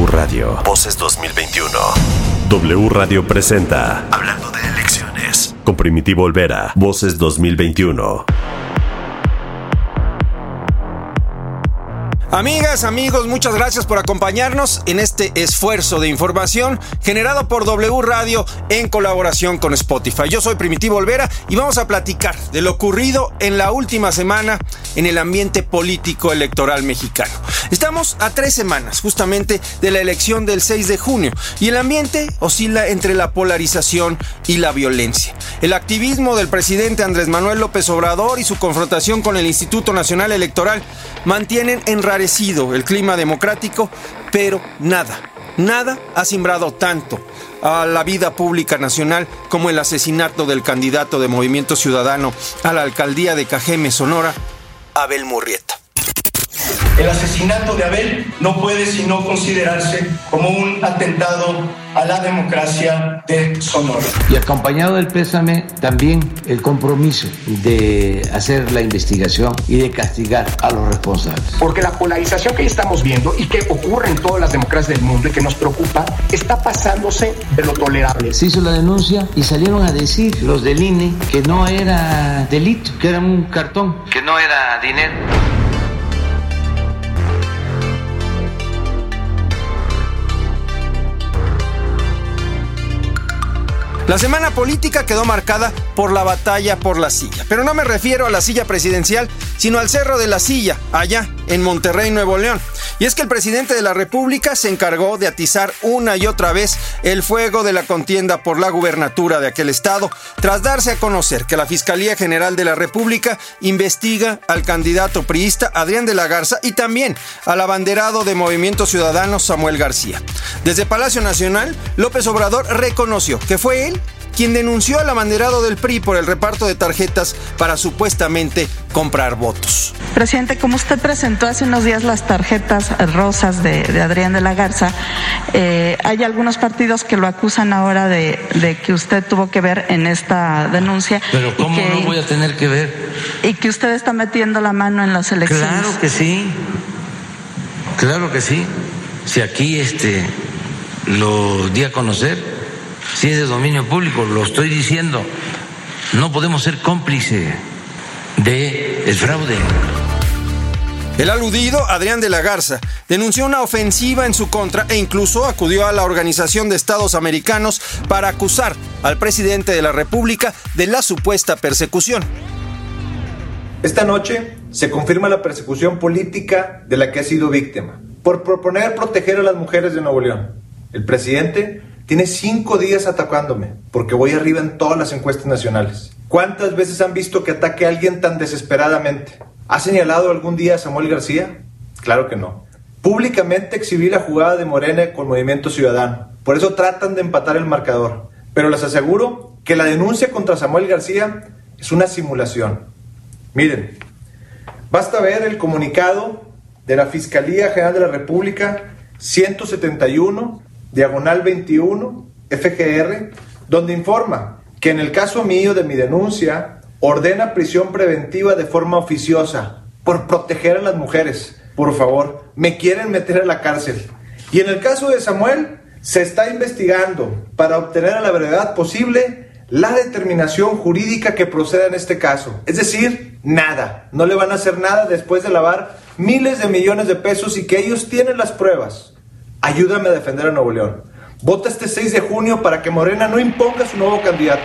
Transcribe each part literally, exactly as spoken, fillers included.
Radio. Voces dos mil veintiuno. W Radio presenta Hablando de elecciones con Primitivo Olvera. Voces dos mil veintiuno. Amigas, amigos, muchas gracias por acompañarnos en este esfuerzo de información generado por W Radio en colaboración con Spotify. Yo soy Primitivo Olvera y vamos a platicar de lo ocurrido en la última semana en el ambiente político electoral mexicano. Estamos a tres semanas justamente de la elección del seis de junio y el ambiente oscila entre la polarización y la violencia. El activismo del presidente Andrés Manuel López Obrador y su confrontación con el Instituto Nacional Electoral mantienen enrarecido el clima democrático, pero nada, nada ha simbrado tanto a la vida pública nacional como el asesinato del candidato de Movimiento Ciudadano a la alcaldía de Cajeme, Sonora, Abel Murrieta. El asesinato de Abel no puede sino considerarse como un atentado a la democracia de Sonora. Y acompañado del pésame, también el compromiso de hacer la investigación y de castigar a los responsables. Porque la polarización que estamos viendo y que ocurre en todas las democracias del mundo y que nos preocupa, está pasándose de lo tolerable. Se hizo la denuncia y salieron a decir los del I N E que no era delito, que era un cartón, que no era dinero. La semana política quedó marcada por la batalla por la silla, pero no me refiero a la silla presidencial, sino al Cerro de la Silla, allá en Monterrey, Nuevo León. Y es que el presidente de la República se encargó de atizar una y otra vez el fuego de la contienda por la gubernatura de aquel estado, tras darse a conocer que la Fiscalía General de la República investiga al candidato priista Adrián de la Garza y también al abanderado de Movimiento Ciudadano Samuel García. Desde Palacio Nacional, López Obrador reconoció que fue él quien denunció al abanderado del P R I por el reparto de tarjetas para supuestamente comprar votos. Presidente, como usted presentó hace unos días las tarjetas rosas de, de Adrián de la Garza, eh, hay algunos partidos que lo acusan ahora de, de que usted tuvo que ver en esta denuncia. Pero ¿cómo que, no voy a tener que ver? Y que usted está metiendo la mano en las elecciones. Claro que sí, claro que sí. Si aquí este lo di a conocer, si es de dominio público, lo estoy diciendo, no podemos ser cómplices del fraude. El aludido, Adrián de la Garza, denunció una ofensiva en su contra e incluso acudió a la Organización de Estados Americanos para acusar al presidente de la República de la supuesta persecución. Esta noche se confirma la persecución política de la que ha sido víctima por proponer proteger a las mujeres de Nuevo León. El presidente tiene cinco días atacándome, porque voy arriba en todas las encuestas nacionales. ¿Cuántas veces han visto que ataque a alguien tan desesperadamente? ¿Ha señalado algún día a Samuel García? Claro que no. Públicamente exhibí la jugada de Morena con Movimiento Ciudadano. Por eso tratan de empatar el marcador. Pero les aseguro que la denuncia contra Samuel García es una simulación. Miren, basta ver el comunicado de la Fiscalía General de la República ciento setenta y uno, diagonal veintiuno, F G R, donde informa que en el caso mío de mi denuncia, ordena prisión preventiva de forma oficiosa por proteger a las mujeres. Por favor, me quieren meter a la cárcel. Y en el caso de Samuel, se está investigando para obtener a la brevedad posible la determinación jurídica que proceda en este caso. Es decir, nada. No le van a hacer nada después de lavar miles de millones de pesos y que ellos tienen las pruebas. Ayúdame a defender a Nuevo León. Vota este seis de junio para que Morena no imponga su nuevo candidato.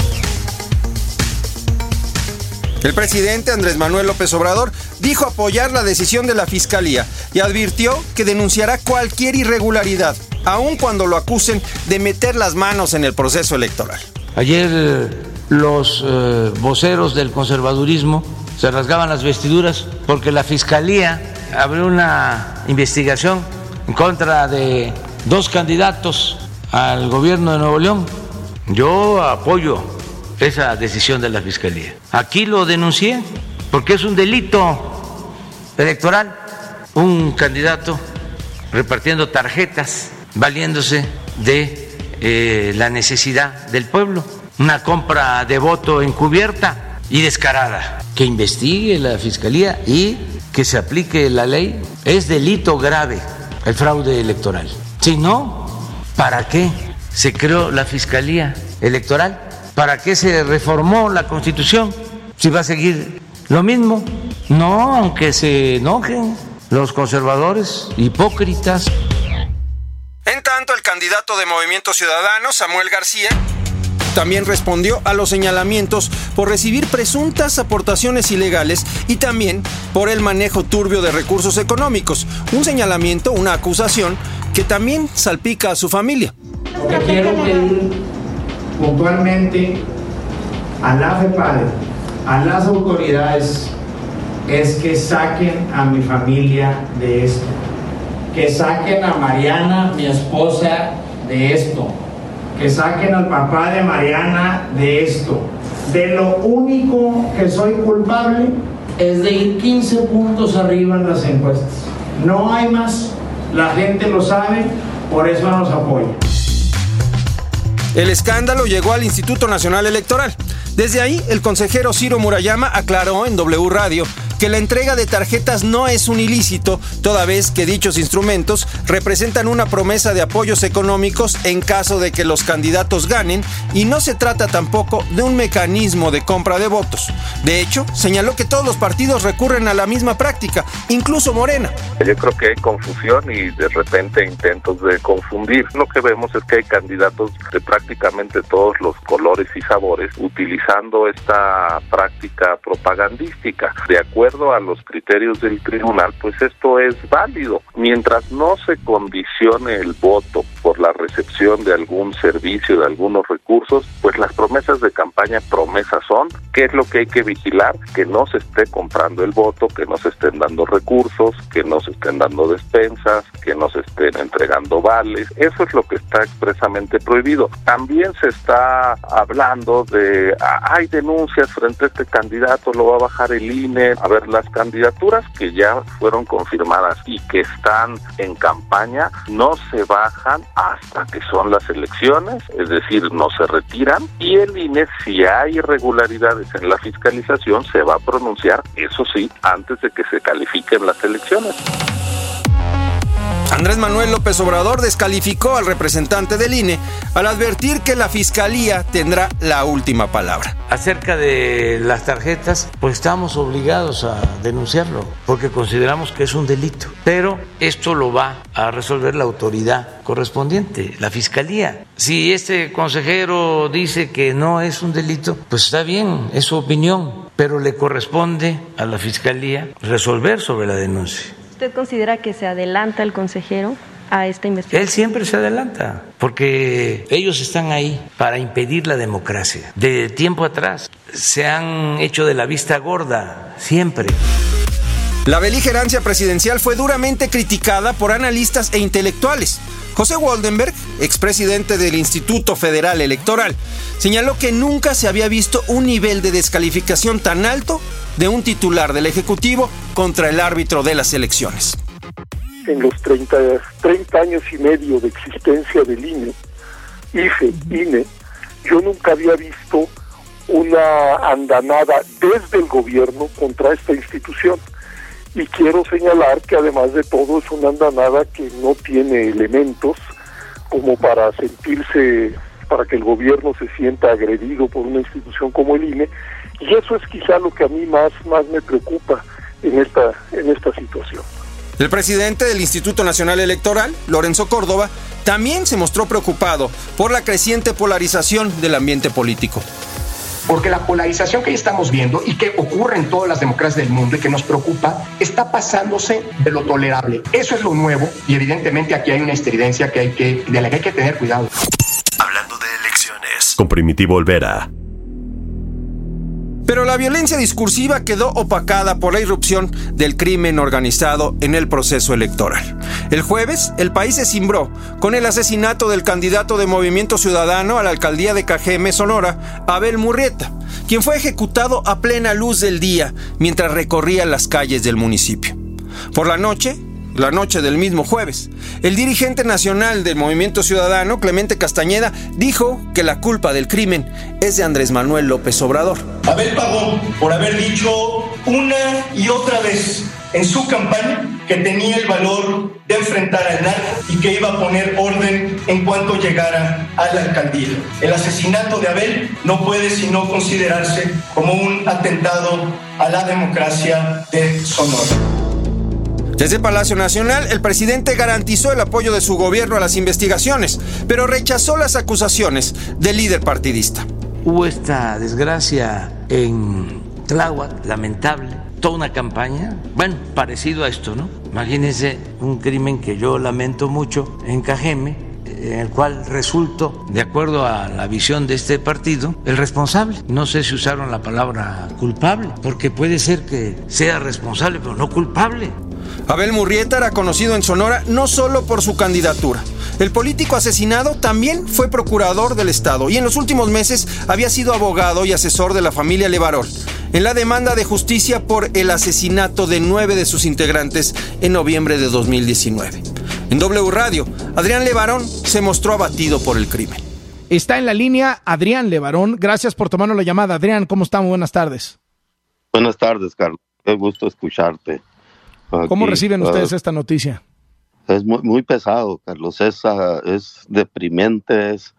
El presidente Andrés Manuel López Obrador dijo apoyar la decisión de la Fiscalía y advirtió que denunciará cualquier irregularidad, aun cuando lo acusen de meter las manos en el proceso electoral. Ayer los eh, voceros del conservadurismo se rasgaban las vestiduras porque la Fiscalía abrió una investigación en contra de dos candidatos al gobierno de Nuevo León. Yo apoyo esa decisión de la Fiscalía. Aquí lo denuncié porque es un delito electoral. Un candidato repartiendo tarjetas, valiéndose de eh, la necesidad del pueblo. Una compra de voto encubierta y descarada. Que investigue la Fiscalía y que se aplique la ley. Es delito grave el fraude electoral. Si no, ¿para qué se creó la Fiscalía Electoral? ¿Para qué se reformó la Constitución? Si va a seguir lo mismo. No, aunque se enojen los conservadores hipócritas. En tanto, el candidato de Movimiento Ciudadano, Samuel García, también respondió a los señalamientos por recibir presuntas aportaciones ilegales y también por el manejo turbio de recursos económicos. Un señalamiento, una acusación que también salpica a su familia. Lo que quiero pedir puntualmente a la FEPADE, a las autoridades, es que saquen a mi familia de esto. Que saquen a Mariana, mi esposa, de esto. Que saquen al papá de Mariana de esto. De lo único que soy culpable es de ir quince puntos arriba en las encuestas. No hay más. La gente lo sabe, por eso nos apoya. El escándalo llegó al Instituto Nacional Electoral. Desde ahí, el consejero Ciro Murayama aclaró en W Radio que la entrega de tarjetas no es un ilícito, toda vez que dichos instrumentos representan una promesa de apoyos económicos en caso de que los candidatos ganen, y no se trata tampoco de un mecanismo de compra de votos. De hecho, señaló que todos los partidos recurren a la misma práctica, incluso Morena. Yo creo que hay confusión y de repente intentos de confundir. Lo que vemos es que hay candidatos de prácticamente todos los colores y sabores utilizando esta práctica propagandística. De acuerdo a los criterios del tribunal, pues esto es válido. Mientras no se condicione el voto por la recepción de algún servicio, de algunos recursos, pues las promesas de campaña promesas son. ¿Qué es lo que hay que vigilar? Que no se esté comprando el voto, que no se estén dando recursos, que no se estén dando despensas, que no se estén entregando vales. Eso es lo que está expresamente prohibido. También se está hablando de, ah, hay denuncias frente a este candidato, lo va a bajar el I N E. A ver, las candidaturas que ya fueron confirmadas y que están en campaña no se bajan hasta que son las elecciones, es decir, no se retiran, y el I N E, si hay irregularidades en la fiscalización, se va a pronunciar, eso sí, antes de que se califiquen las elecciones. Andrés Manuel López Obrador descalificó al representante del I N E al advertir que la Fiscalía tendrá la última palabra. Acerca de las tarjetas, pues estamos obligados a denunciarlo porque consideramos que es un delito. Pero esto lo va a resolver la autoridad correspondiente, la Fiscalía. Si este consejero dice que no es un delito, pues está bien, es su opinión, pero le corresponde a la Fiscalía resolver sobre la denuncia. ¿Usted considera que se adelanta el consejero a esta investigación? Él siempre se adelanta, porque ellos están ahí para impedir la democracia. De tiempo atrás se han hecho de la vista gorda, siempre. La beligerancia presidencial fue duramente criticada por analistas e intelectuales. José Waldenberg, expresidente del Instituto Federal Electoral, señaló que nunca se había visto un nivel de descalificación tan alto de un titular del Ejecutivo contra el árbitro de las elecciones. En los treinta, treinta años y medio de existencia del I N E, I F E, I N E, yo nunca había visto una andanada desde el gobierno contra esta institución. Y quiero señalar que además de todo es una andanada que no tiene elementos como para sentirse, para que el gobierno se sienta agredido por una institución como el I N E, y eso es quizá lo que a mí más, más me preocupa en esta, en esta situación. El presidente del Instituto Nacional Electoral, Lorenzo Córdoba, también se mostró preocupado por la creciente polarización del ambiente político. Porque la polarización que estamos viendo y que ocurre en todas las democracias del mundo y que nos preocupa, está pasándose de lo tolerable. Eso es lo nuevo y evidentemente aquí hay una estridencia que hay que, de la que hay que tener cuidado. Hablando de elecciones, con Primitivo Olvera. Pero la violencia discursiva quedó opacada por la irrupción del crimen organizado en el proceso electoral. El jueves, el país se cimbró con el asesinato del candidato de Movimiento Ciudadano a la alcaldía de Cajeme, Sonora, Abel Murrieta, quien fue ejecutado a plena luz del día mientras recorría las calles del municipio. Por la noche, la noche del mismo jueves, el dirigente nacional del Movimiento Ciudadano, Clemente Castañeda, dijo que la culpa del crimen es de Andrés Manuel López Obrador. Abel pagó por haber dicho una y otra vez en su campaña que tenía el valor de enfrentar al narco y que iba a poner orden en cuanto llegara a la alcaldía. El asesinato de Abel no puede sino considerarse como un atentado a la democracia de Sonora. Desde Palacio Nacional, el presidente garantizó el apoyo de su gobierno a las investigaciones, pero rechazó las acusaciones del líder partidista. Hubo esta desgracia en Tláhuac, lamentable, toda una campaña, bueno, parecido a esto, ¿no? Imagínense un crimen que yo lamento mucho en Cajeme, en el cual resultó, de acuerdo a la visión de este partido, el responsable. No sé si usaron la palabra culpable, porque puede ser que sea responsable, pero no culpable. Abel Murrieta era conocido en Sonora no solo por su candidatura. El político asesinado también fue procurador del Estado y en los últimos meses había sido abogado y asesor de la familia Levarón en la demanda de justicia por el asesinato de nueve de sus integrantes en noviembre de dos mil diecinueve. En W Radio, Adrián Levarón se mostró abatido por el crimen. Está en la línea Adrián Levarón. Gracias por tomarnos la llamada. Adrián, ¿cómo estamos? Buenas tardes. Buenas tardes, Carlos. Qué gusto escucharte. Aquí, ¿Cómo reciben ustedes uh, esta noticia? Es muy, muy pesado, Carlos. Es, uh, es deprimente, es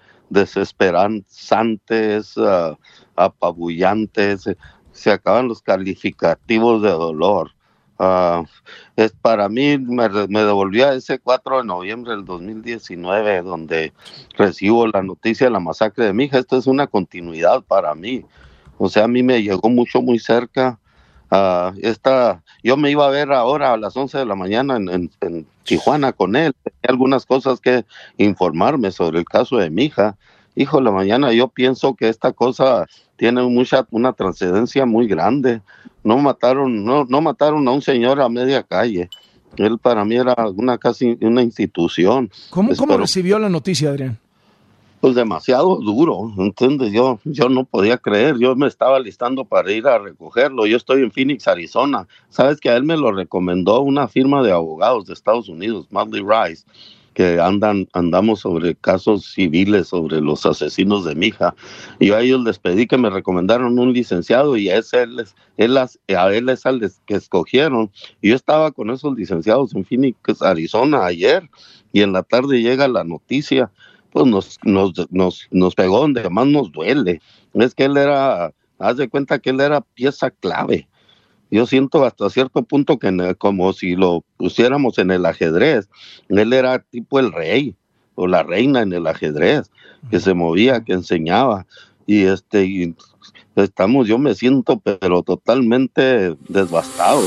desesperanzante, es uh, apabullante. Se, se acaban los calificativos de dolor. Uh, es para mí, me, me devolvió a ese cuatro de noviembre del dos mil diecinueve, donde recibo la noticia de la masacre de mi hija. Esto es una continuidad para mí. O sea, a mí me llegó mucho, muy cerca. Uh, esta, yo me iba a ver ahora a las once de la mañana en, en, en Tijuana con él. Tenía algunas cosas que informarme sobre el caso de mi hija. Hijo de la mañana, yo pienso que esta cosa tiene mucha, una trascendencia muy grande. No mataron, no, no mataron a un señor a media calle. Él para mí era una casi una institución. ¿Cómo, ¿cómo recibió la noticia, Adrián? Pues demasiado duro, ¿entiendes? Yo, yo no podía creer, yo me estaba listando para ir a recogerlo. Yo estoy en Phoenix, Arizona. Sabes que a él me lo recomendó una firma de abogados de Estados Unidos, Madley Rice, que andan, andamos sobre casos civiles, sobre los asesinos de mi hija. Y yo a ellos les pedí que me recomendaron un licenciado y a, ese, él, él, a él es al que escogieron. Y yo estaba con esos licenciados en Phoenix, Arizona ayer, y en la tarde llega la noticia. Pues nos, nos, nos, nos pegó donde más nos duele. Es que él era, haz de cuenta que él era pieza clave. Yo siento hasta cierto punto que el, como si lo pusiéramos en el ajedrez, él era tipo el rey o la reina en el ajedrez, que se movía, que enseñaba. Y este, y estamos, yo me siento pero totalmente devastado.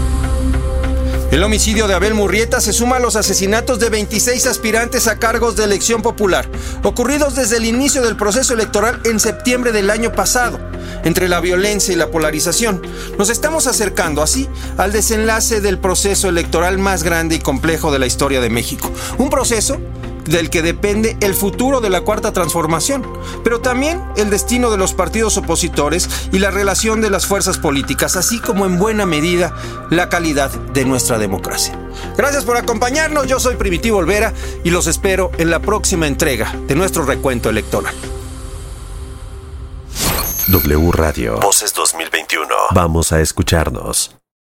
El homicidio de Abel Murrieta se suma a los asesinatos de veintiséis aspirantes a cargos de elección popular, ocurridos desde el inicio del proceso electoral en septiembre del año pasado. Entre la violencia y la polarización, nos estamos acercando así al desenlace del proceso electoral más grande y complejo de la historia de México. Un proceso del que depende el futuro de la Cuarta Transformación, pero también el destino de los partidos opositores y la relación de las fuerzas políticas, así como en buena medida la calidad de nuestra democracia. Gracias por acompañarnos, yo soy Primitivo Olvera y los espero en la próxima entrega de nuestro recuento electoral. W Radio. Voces dos mil veintiuno. Vamos a escucharnos.